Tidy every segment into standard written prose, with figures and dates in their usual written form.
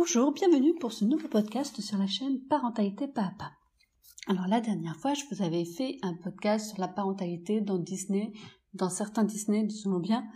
Bonjour, bienvenue pour ce nouveau podcast sur la chaîne Parentalité Pas à Pas. Alors la dernière fois, je vous avais fait un podcast sur la parentalité dans Disney, dans certains Disney, disons bien,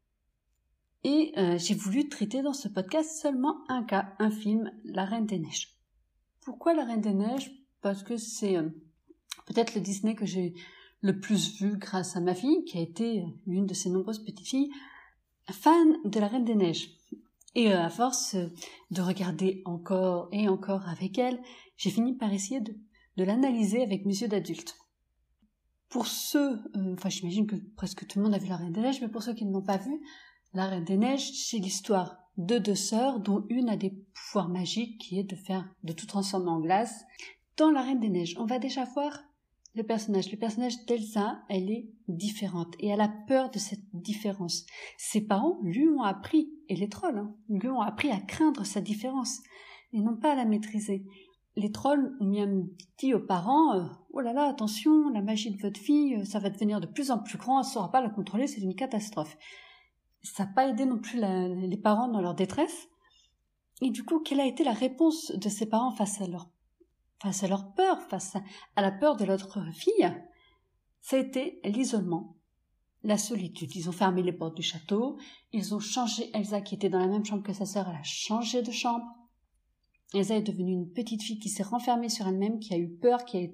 et j'ai voulu traiter dans ce podcast seulement un cas, un film, La Reine des Neiges. Pourquoi La Reine des Neiges ? Parce que c'est peut-être le Disney que j'ai le plus vu grâce à ma fille, qui a été l'une de ses nombreuses petites filles, fan de La Reine des Neiges. Et à force de regarder encore et encore avec elle, j'ai fini par essayer de l'analyser avec mes yeux d'adulte. Pour ceux, j'imagine que presque tout le monde a vu La Reine des Neiges, mais pour ceux qui ne l'ont pas vu, La Reine des Neiges, c'est l'histoire de deux sœurs dont une a des pouvoirs magiques qui est de tout transformer en glace. Dans La Reine des Neiges, on va déjà voir le personnage d'Elsa, elle est différente et elle a peur de cette différence. Ses parents lui ont appris, et les trolls, lui ont appris à craindre sa différence et non pas à la maîtriser. Les trolls ont même dit aux parents « Oh là là, attention, la magie de votre fille, ça va devenir de plus en plus grand, elle ne saura pas la contrôler, c'est une catastrophe. » Ça n'a pas aidé non plus les parents dans leur détresse. Et du coup, quelle a été la réponse de ces parents face à leur peur, face à la peur de l'autre fille? Ça a été l'isolement, la solitude. Ils ont fermé les portes du château, ils ont changé Elsa qui était dans la même chambre que sa sœur, elle a changé de chambre. Elsa est devenue une petite fille qui s'est renfermée sur elle-même, qui a eu peur, qui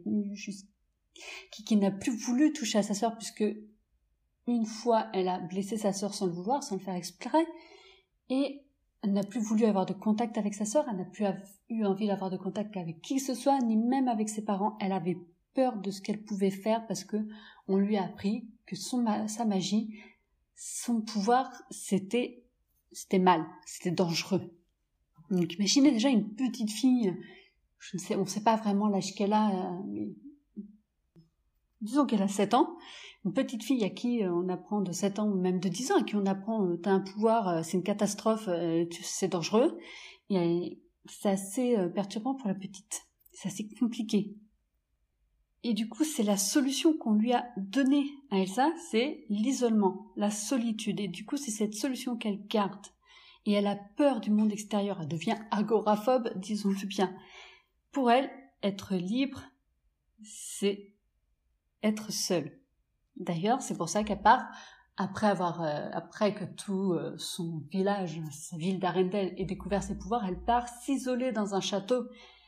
n'a plus voulu toucher à sa sœur puisque une fois elle a blessé sa sœur sans le vouloir, sans le faire exprès, et elle n'a plus voulu avoir de contact avec sa sœur, elle n'a plus eu envie d'avoir de contact avec qui que ce soit, ni même avec ses parents. Elle avait peur de ce qu'elle pouvait faire parce que on lui a appris que sa magie, son pouvoir, c'était mal, c'était dangereux. Donc imaginez déjà une petite fille, on ne sait pas vraiment l'âge qu'elle a, mais disons qu'elle a 7 ans, une petite fille à qui on apprend de 7 ans ou même de 10 ans, à qui on apprend t'as un pouvoir, c'est une catastrophe, c'est dangereux, et c'est assez perturbant pour la petite, c'est assez compliqué. Et du coup, c'est la solution qu'on lui a donnée à Elsa, c'est l'isolement, la solitude, et du coup, c'est cette solution qu'elle garde. Et elle a peur du monde extérieur, elle devient agoraphobe, disons-le bien. Pour elle, être libre, c'est être seule. D'ailleurs, c'est pour ça qu'elle part, après que tout son village, sa ville d'Arendelle ait découvert ses pouvoirs, elle part s'isoler dans un château.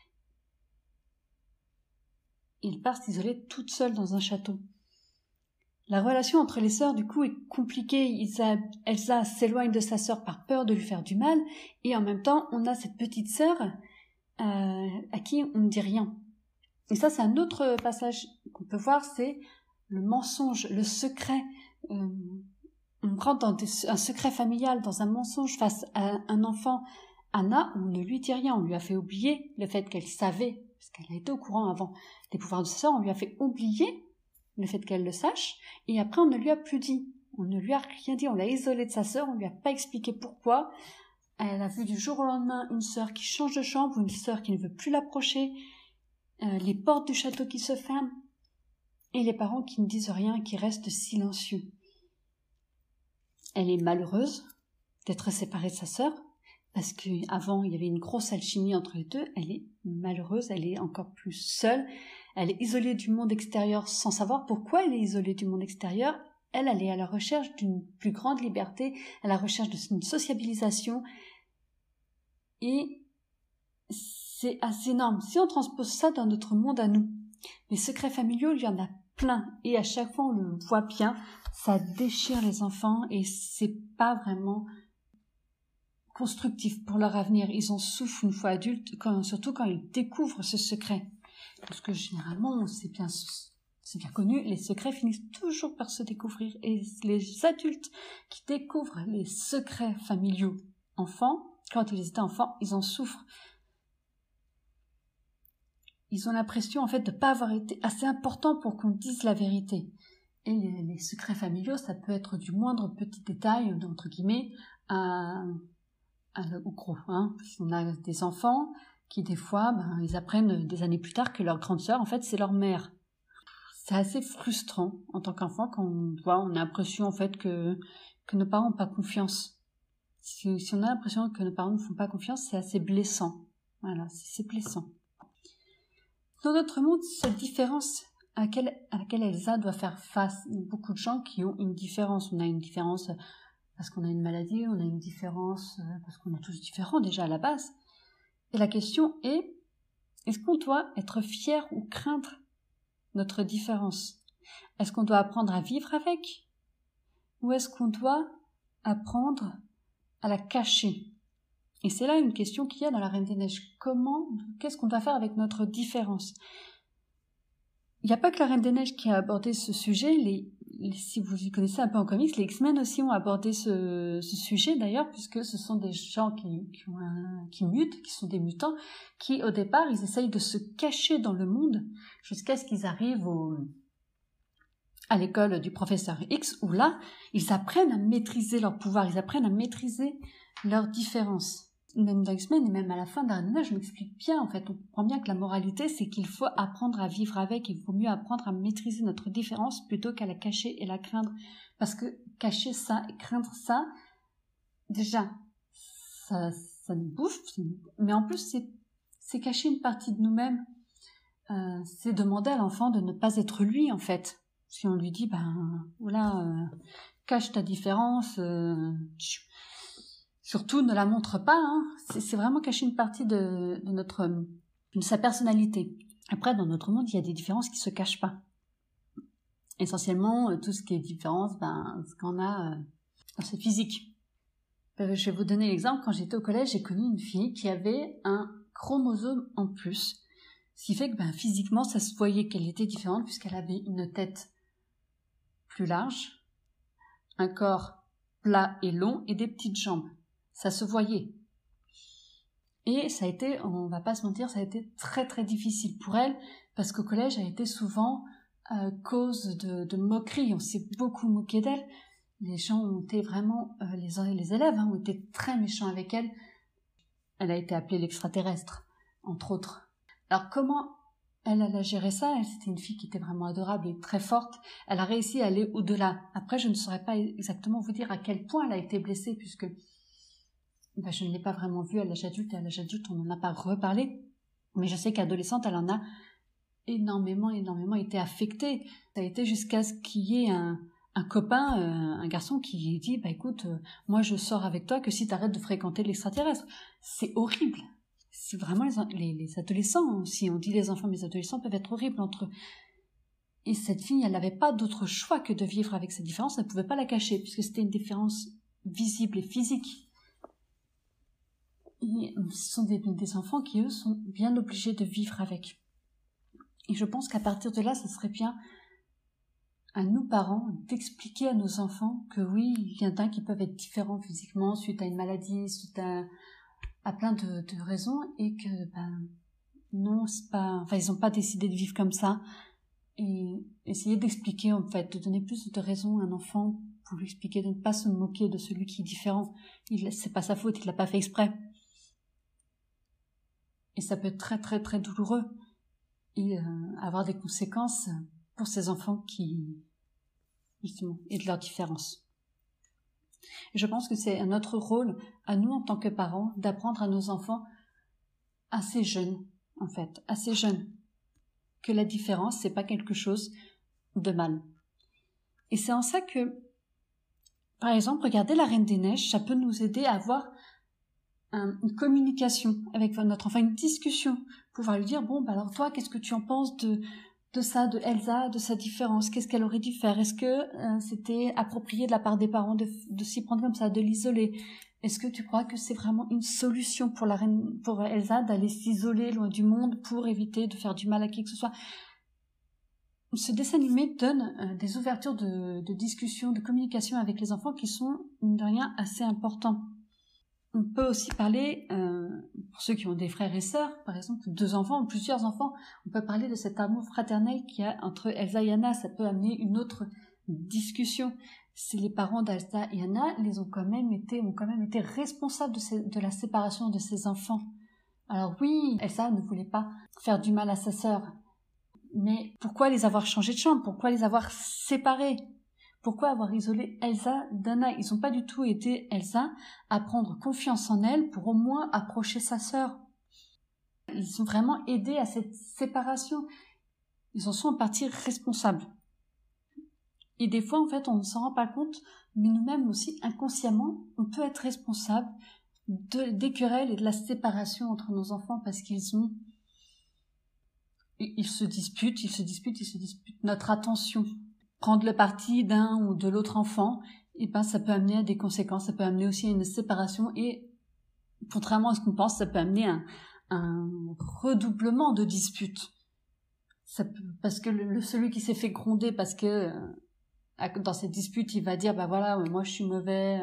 Elle part s'isoler toute seule dans un château. La relation entre les sœurs, du coup, est compliquée. Elsa s'éloigne de sa sœur par peur de lui faire du mal, et en même temps, on a cette petite sœur à qui on ne dit rien. Et ça, c'est un autre passage qu'on peut voir, c'est le mensonge, le secret. On rentre dans un secret familial, dans un mensonge face à un enfant. Anna, on ne lui dit rien, on lui a fait oublier le fait qu'elle savait, parce qu'elle a été au courant avant des pouvoirs de sa sœur, on lui a fait oublier le fait qu'elle le sache, et après on ne lui a plus dit. On ne lui a rien dit, on l'a isolée de sa sœur, on lui a pas expliqué pourquoi. Elle a vu du jour au lendemain une sœur qui change de chambre, une sœur qui ne veut plus l'approcher, les portes du château qui se ferment, et les parents qui ne disent rien, qui restent silencieux. Elle est malheureuse d'être séparée de sa sœur, parce qu'avant il y avait une grosse alchimie entre les deux. Elle est malheureuse, elle est encore plus seule, elle est isolée du monde extérieur sans savoir pourquoi elle est isolée du monde extérieur. Elle est à la recherche d'une plus grande liberté, à la recherche d'une sociabilisation, et c'est assez énorme. Si on transpose ça dans notre monde à nous, les secrets familiaux, il y en a plein, et à chaque fois on le voit bien, ça déchire les enfants, et c'est pas vraiment constructif pour leur avenir. Ils en souffrent une fois adultes, surtout quand ils découvrent ce secret. Parce que généralement, c'est bien connu, les secrets finissent toujours par se découvrir. Et les adultes qui découvrent les secrets familiaux enfants, quand ils étaient enfants, ils en souffrent. Ils ont l'impression, en fait, de ne pas avoir été assez importants pour qu'on dise la vérité. Et les secrets familiaux, ça peut être du moindre petit détail, entre guillemets, au gros, On a des enfants qui, des fois, ils apprennent des années plus tard que leur grande sœur, en fait, c'est leur mère. C'est assez frustrant, en tant qu'enfant, quand on a l'impression, en fait, que nos parents n'ont pas confiance. Si on a l'impression que nos parents ne font pas confiance, c'est assez blessant. Voilà, c'est blessant. Dans notre monde, cette différence à laquelle Elsa doit faire face, il y a beaucoup de gens qui ont une différence. On a une différence parce qu'on a une maladie, on a une différence parce qu'on est tous différents déjà à la base. Et la question est, est-ce qu'on doit être fier ou craindre notre différence? Est-ce qu'on doit apprendre à vivre avec? Ou est-ce qu'on doit apprendre à la cacher? Et c'est là une question qu'il y a dans la Reine des Neiges. Qu'est-ce qu'on doit faire avec notre différence? Il n'y a pas que la Reine des Neiges qui a abordé ce sujet. Si vous y connaissez un peu en comics, les X-Men aussi ont abordé ce sujet d'ailleurs, puisque ce sont des gens qui mutent, qui sont des mutants, qui au départ, ils essayent de se cacher dans le monde jusqu'à ce qu'ils arrivent à l'école du professeur X, où là, ils apprennent à maîtriser leur pouvoir, ils apprennent à maîtriser leurs différences. Même dans X-Men et même à la fin d'un âge, je m'explique bien, en fait, on comprend bien que la moralité, c'est qu'il faut apprendre à vivre avec, il vaut mieux apprendre à maîtriser notre différence plutôt qu'à la cacher et la craindre. Parce que cacher ça et craindre ça, déjà, ça nous bouffe, mais en plus, c'est cacher une partie de nous-mêmes. C'est demander à l'enfant de ne pas être lui, en fait. Si on lui dit, cache ta différence, surtout ne la montre pas, hein. C'est vraiment cacher une partie de sa personnalité. Après, dans notre monde, il y a des différences qui se cachent pas. Essentiellement, tout ce qui est différence, ce qu'on a, c'est physique. Je vais vous donner l'exemple. Quand j'étais au collège, j'ai connu une fille qui avait un chromosome en plus. Ce qui fait que physiquement, ça se voyait qu'elle était différente puisqu'elle avait une tête plus large, un corps plat et long et des petites jambes. Ça se voyait. Et ça a été, on va pas se mentir, ça a été très très difficile pour elle parce qu'au collège, elle était souvent cause de moqueries. On s'est beaucoup moqué d'elle. Les gens ont été vraiment, les élèves ont été très méchants avec elle. Elle a été appelée l'extraterrestre, entre autres. Alors comment elle a géré ça? Elle, c'était une fille qui était vraiment adorable et très forte. Elle a réussi à aller au-delà. Après, je ne saurais pas exactement vous dire à quel point elle a été blessée puisque je ne l'ai pas vraiment vue à l'âge adulte. Et à l'âge adulte, on n'en a pas reparlé. Mais je sais qu'adolescente, elle en a énormément été affectée. Ça a été jusqu'à ce qu'il y ait un copain, un garçon qui dit écoute, moi je sors avec toi que si tu arrêtes de fréquenter l'extraterrestre. C'est horrible. C'est vraiment les adolescents, si on dit les enfants, mais les adolescents peuvent être horribles entre eux. Et cette fille, elle n'avait pas d'autre choix que de vivre avec cette différence, elle ne pouvait pas la cacher, puisque c'était une différence visible et physique. Et ce sont des enfants qui, eux, sont bien obligés de vivre avec. Et je pense qu'à partir de là, ce serait bien à nous parents d'expliquer à nos enfants que oui, il y en a qui peuvent être différents physiquement suite à une maladie, suite à plein de raisons, et que non, c'est pas, ils n'ont pas décidé de vivre comme ça. Et essayer d'expliquer, en fait, de donner plus de raisons à un enfant pour lui expliquer de ne pas se moquer de celui qui est différent. C'est pas sa faute, il l'a pas fait exprès. Et ça peut être très très très douloureux et avoir des conséquences pour ces enfants qui, justement, et de leur différence. Et je pense que c'est notre rôle, à nous en tant que parents, d'apprendre à nos enfants assez jeunes, en fait, assez jeunes, que la différence, c'est pas quelque chose de mal. Et c'est en ça que, par exemple, regardez la Reine des Neiges, ça peut nous aider à avoir une communication avec notre enfant, une discussion, pouvoir lui dire, alors toi, qu'est-ce que tu en penses de ça, de Elsa, de sa différence, qu'est-ce qu'elle aurait dû faire? Est-ce que c'était approprié de la part des parents de s'y prendre comme ça, de l'isoler? Est-ce que tu crois que c'est vraiment une solution pour Elsa d'aller s'isoler loin du monde pour éviter de faire du mal à qui que ce soit? Ce dessin animé donne des ouvertures de discussion, de communication avec les enfants qui sont, mine de rien, assez importants. On peut aussi parler, pour ceux qui ont des frères et sœurs, par exemple, 2 enfants ou plusieurs enfants, on peut parler de cet amour fraternel qu'il y a entre Elsa et Anna. Ça peut amener une autre discussion. Si les parents d'Elsa et Anna ont quand même été responsables de la séparation de ces enfants. Alors oui, Elsa ne voulait pas faire du mal à sa sœur. Mais pourquoi les avoir changés de chambre? Pourquoi les avoir séparés? Pourquoi avoir isolé Elsa d'Anna? Ils n'ont pas du tout aidé Elsa à prendre confiance en elle pour au moins approcher sa sœur. Ils ont vraiment aidé à cette séparation. Ils en sont en partie responsables. Et des fois, en fait, on ne s'en rend pas compte, mais nous-mêmes aussi, inconsciemment, on peut être responsable des querelles et de la séparation entre nos enfants parce ils se disputent notre attention. Prendre le parti d'un ou de l'autre enfant, et ben, ça peut amener à des conséquences, ça peut amener aussi à une séparation et, contrairement à ce qu'on pense, ça peut amener un redoublement de disputes. Parce que celui qui s'est fait gronder parce que dans cette dispute, il va dire, bah voilà, moi je suis mauvais,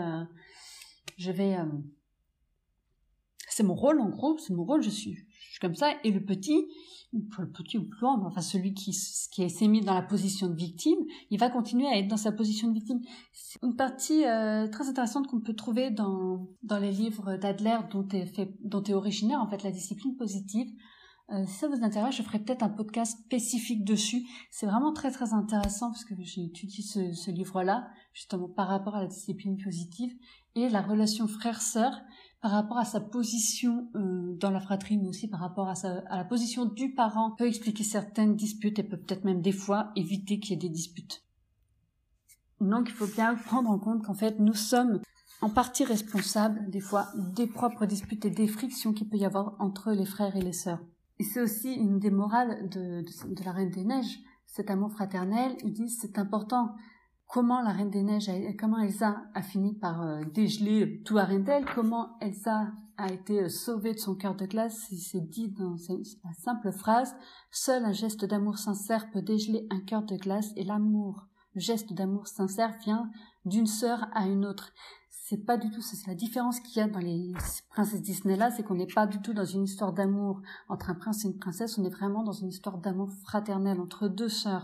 c'est mon rôle en gros, je suis comme ça. Et le petit ou plus loin, enfin celui qui s'est mis dans la position de victime, il va continuer à être dans sa position de victime. C'est une partie très intéressante qu'on peut trouver dans les livres d'Adler dont est originaire en fait la discipline positive. Si ça vous intéresse, je ferai peut-être un podcast spécifique dessus. C'est vraiment très très intéressant parce que j'ai étudié ce livre-là, justement par rapport à la discipline positive et la relation frère-sœur par rapport à sa position dans la fratrie, mais aussi par rapport à la position du parent, peut expliquer certaines disputes et peut peut-être même des fois éviter qu'il y ait des disputes. Donc il faut bien prendre en compte qu'en fait nous sommes en partie responsables des fois des propres disputes et des frictions qu'il peut y avoir entre les frères et les sœurs. Et c'est aussi une des morales de la Reine des Neiges, cet amour fraternel. Ils disent c'est important. Comment la Reine des Neiges, comment Elsa a fini par dégeler tout Arendelle, comment Elsa a été sauvée de son cœur de glace, c'est dit dans la simple phrase « Seul un geste d'amour sincère peut dégeler un cœur de glace et l'amour, le geste d'amour sincère vient d'une sœur à une autre. » C'est pas du tout ça, c'est la différence qu'il y a dans les princesses Disney là, c'est qu'on n'est pas du tout dans une histoire d'amour entre un prince et une princesse, on est vraiment dans une histoire d'amour fraternel entre deux sœurs.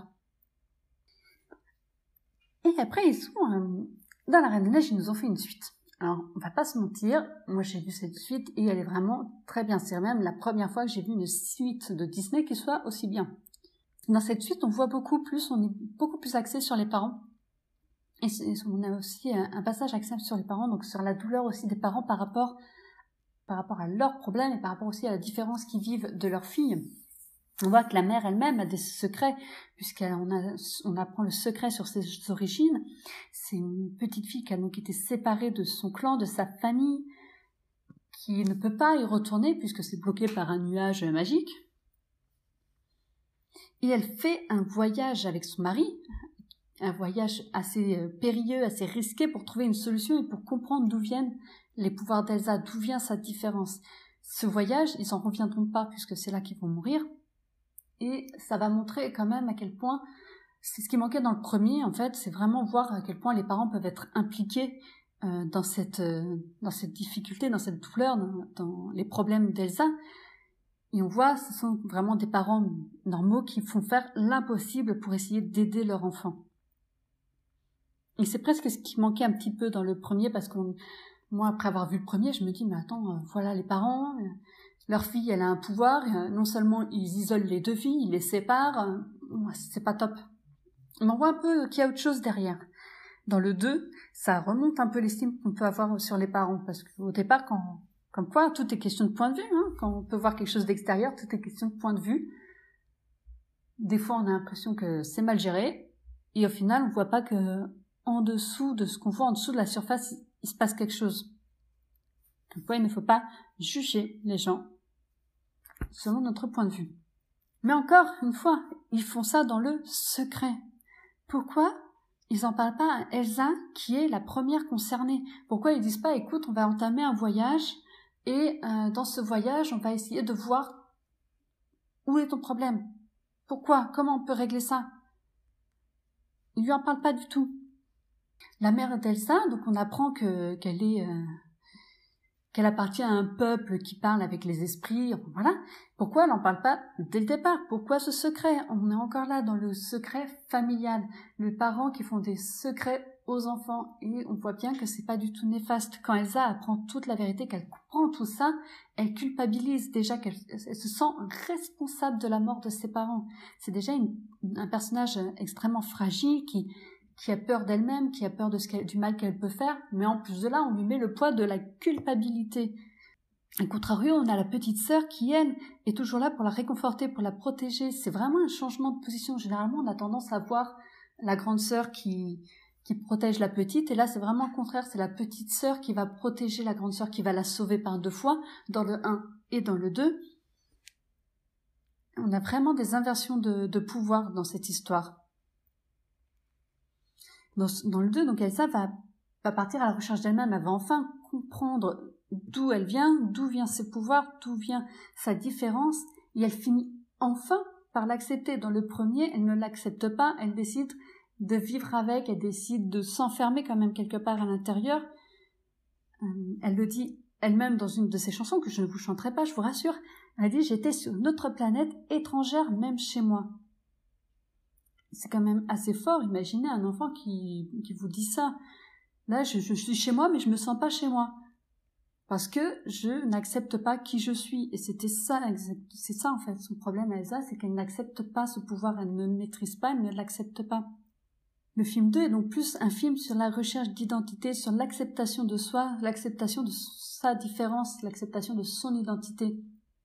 Et après, ils sont dans la Reine des Neiges, ils nous ont fait une suite. Alors, on va pas se mentir, moi j'ai vu cette suite et elle est vraiment très bien. C'est même la première fois que j'ai vu une suite de Disney qui soit aussi bien. Dans cette suite, on voit beaucoup plus, on est beaucoup plus axé sur les parents. Et on a aussi un passage axé sur les parents, donc sur la douleur aussi des parents par rapport à leurs problèmes et par rapport aussi à la différence qu'ils vivent de leur fille. On voit que la mère elle-même a des secrets, puisqu'on apprend le secret sur ses origines. C'est une petite fille qui a donc été séparée de son clan, de sa famille, qui ne peut pas y retourner puisque c'est bloqué par un nuage magique. Et elle fait un voyage avec son mari, un voyage assez périlleux, assez risqué pour trouver une solution et pour comprendre d'où viennent les pouvoirs d'Elsa, d'où vient sa différence. Ce voyage, ils n'en reviendront pas puisque c'est là qu'ils vont mourir. Et ça va montrer quand même à quel point, c'est ce qui manquait dans le premier, en fait, c'est vraiment voir à quel point les parents peuvent être impliqués dans cette difficulté, dans cette douleur, dans les problèmes d'Elsa. Et on voit, ce sont vraiment des parents normaux qui font faire l'impossible pour essayer d'aider leur enfant. Et c'est presque ce qui manquait un petit peu dans le premier, parce que moi, après avoir vu le premier, je me dis, mais attends, voilà les parents... Leur fille, elle a un pouvoir, non seulement ils isolent les deux filles, ils les séparent, c'est pas top. On en voit un peu qu'il y a autre chose derrière. Dans le 2, ça remonte un peu l'estime qu'on peut avoir sur les parents, parce qu'au départ, comme quoi, tout est question de point de vue, hein. Quand on peut voir quelque chose d'extérieur, tout est question de point de vue. Des fois, on a l'impression que c'est mal géré, et au final, on voit pas que en dessous de ce qu'on voit, en dessous de la surface, il se passe quelque chose. Comme quoi, il ne faut pas juger les gens selon notre point de vue. Mais encore une fois, ils font ça dans le secret. Pourquoi ils en parlent pas à Elsa, qui est la première concernée? Pourquoi ils disent pas, écoute, on va entamer un voyage, et dans ce voyage, on va essayer de voir où est ton problème? Pourquoi? Comment on peut régler ça? Ils lui en parlent pas du tout. La mère d'Elsa, donc on apprend qu'elle appartient à un peuple qui parle avec les esprits, voilà. Pourquoi elle n'en parle pas dès le départ? Pourquoi ce secret? On est encore là dans le secret familial. Les parents qui font des secrets aux enfants, et on voit bien que c'est pas du tout néfaste. Quand Elsa apprend toute la vérité, qu'elle comprend tout ça, elle culpabilise déjà, elle se sent responsable de la mort de ses parents. C'est déjà un personnage extrêmement fragile qui qui a peur d'elle-même, qui a peur du mal qu'elle peut faire, mais en plus de là, on lui met le poids de la culpabilité. A contrario, on a la petite sœur qui, elle, est toujours là pour la réconforter, pour la protéger. C'est vraiment un changement de position. Généralement, on a tendance à voir la grande sœur qui protège la petite, et là, c'est vraiment le contraire. C'est la petite sœur qui va protéger la grande sœur, qui va la sauver par 2 fois, dans le 1 et dans le 2. On a vraiment des inversions de pouvoir dans cette histoire. Dans le 2, donc Elsa va partir à la recherche d'elle-même, elle va enfin comprendre d'où elle vient, d'où viennent ses pouvoirs, d'où vient sa différence, et elle finit enfin par l'accepter. Dans le premier, elle ne l'accepte pas, elle décide de vivre avec, elle décide de s'enfermer quand même quelque part à l'intérieur. Elle le dit elle-même dans une de ses chansons, que je ne vous chanterai pas, je vous rassure. Elle dit « J'étais sur une autre planète, étrangère même chez moi ». C'est quand même assez fort. Imaginez un enfant qui vous dit ça. Là, je suis chez moi, mais je me sens pas chez moi. Parce que je n'accepte pas qui je suis. Et c'est ça en fait. Son problème à Elsa, c'est qu'elle n'accepte pas ce pouvoir. Elle ne le maîtrise pas, elle ne l'accepte pas. Le film 2 est donc plus un film sur la recherche d'identité, sur l'acceptation de soi, l'acceptation de sa différence, l'acceptation de son identité.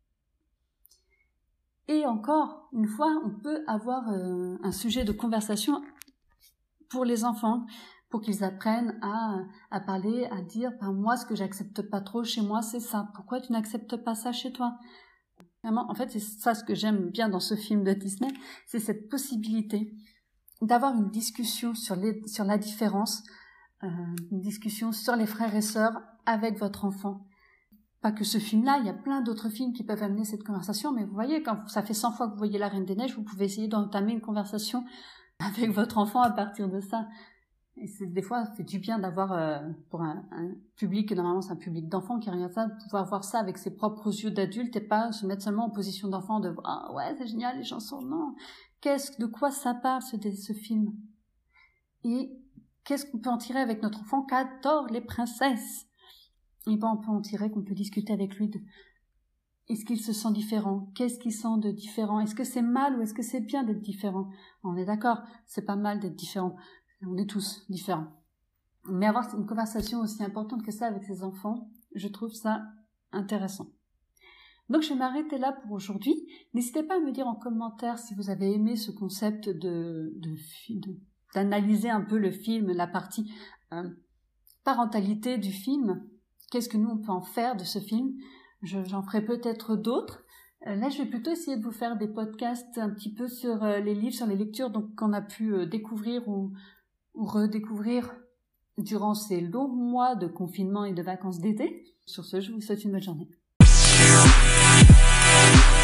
Et encore une fois, on peut avoir un sujet de conversation pour les enfants, pour qu'ils apprennent à parler, à dire « moi, ce que j'accepte pas trop chez moi, c'est ça. Pourquoi tu n'acceptes pas ça chez toi ?» Vraiment, en fait, c'est ça ce que j'aime bien dans ce film de Disney, c'est cette possibilité d'avoir une discussion sur la différence, une discussion sur les frères et sœurs avec votre enfant. Pas que ce film-là, il y a plein d'autres films qui peuvent amener cette conversation, mais vous voyez, quand ça fait 100 fois que vous voyez La Reine des Neiges, vous pouvez essayer d'entamer une conversation avec votre enfant à partir de ça. Et des fois, ça fait du bien d'avoir, pour un public, normalement c'est un public d'enfants qui regarde ça, de pouvoir voir ça avec ses propres yeux d'adulte et pas se mettre seulement en position d'enfant, de « Ah ouais, c'est génial, les chansons, non !» De quoi ça parle, ce film? Et qu'est-ce qu'on peut en tirer avec notre enfant qu'adore les princesses? Et on peut en tirer qu'on peut discuter avec lui de est-ce qu'il se sent différent? Qu'est-ce qu'il sent de différent? Est-ce que c'est mal ou est-ce que c'est bien d'être différent? On est d'accord, c'est pas mal d'être différent. On est tous différents. Mais avoir une conversation aussi importante que ça avec ses enfants, je trouve ça intéressant. Donc je vais m'arrêter là pour aujourd'hui. N'hésitez pas à me dire en commentaire si vous avez aimé ce concept d'analyser un peu le film, la partie parentalité du film. Qu'est-ce que nous on peut en faire de ce film? J'en ferai peut-être d'autres. Là, je vais plutôt essayer de vous faire des podcasts un petit peu sur les livres, sur les lectures qu'on a pu découvrir ou redécouvrir durant ces longs mois de confinement et de vacances d'été. Sur ce, je vous souhaite une bonne journée.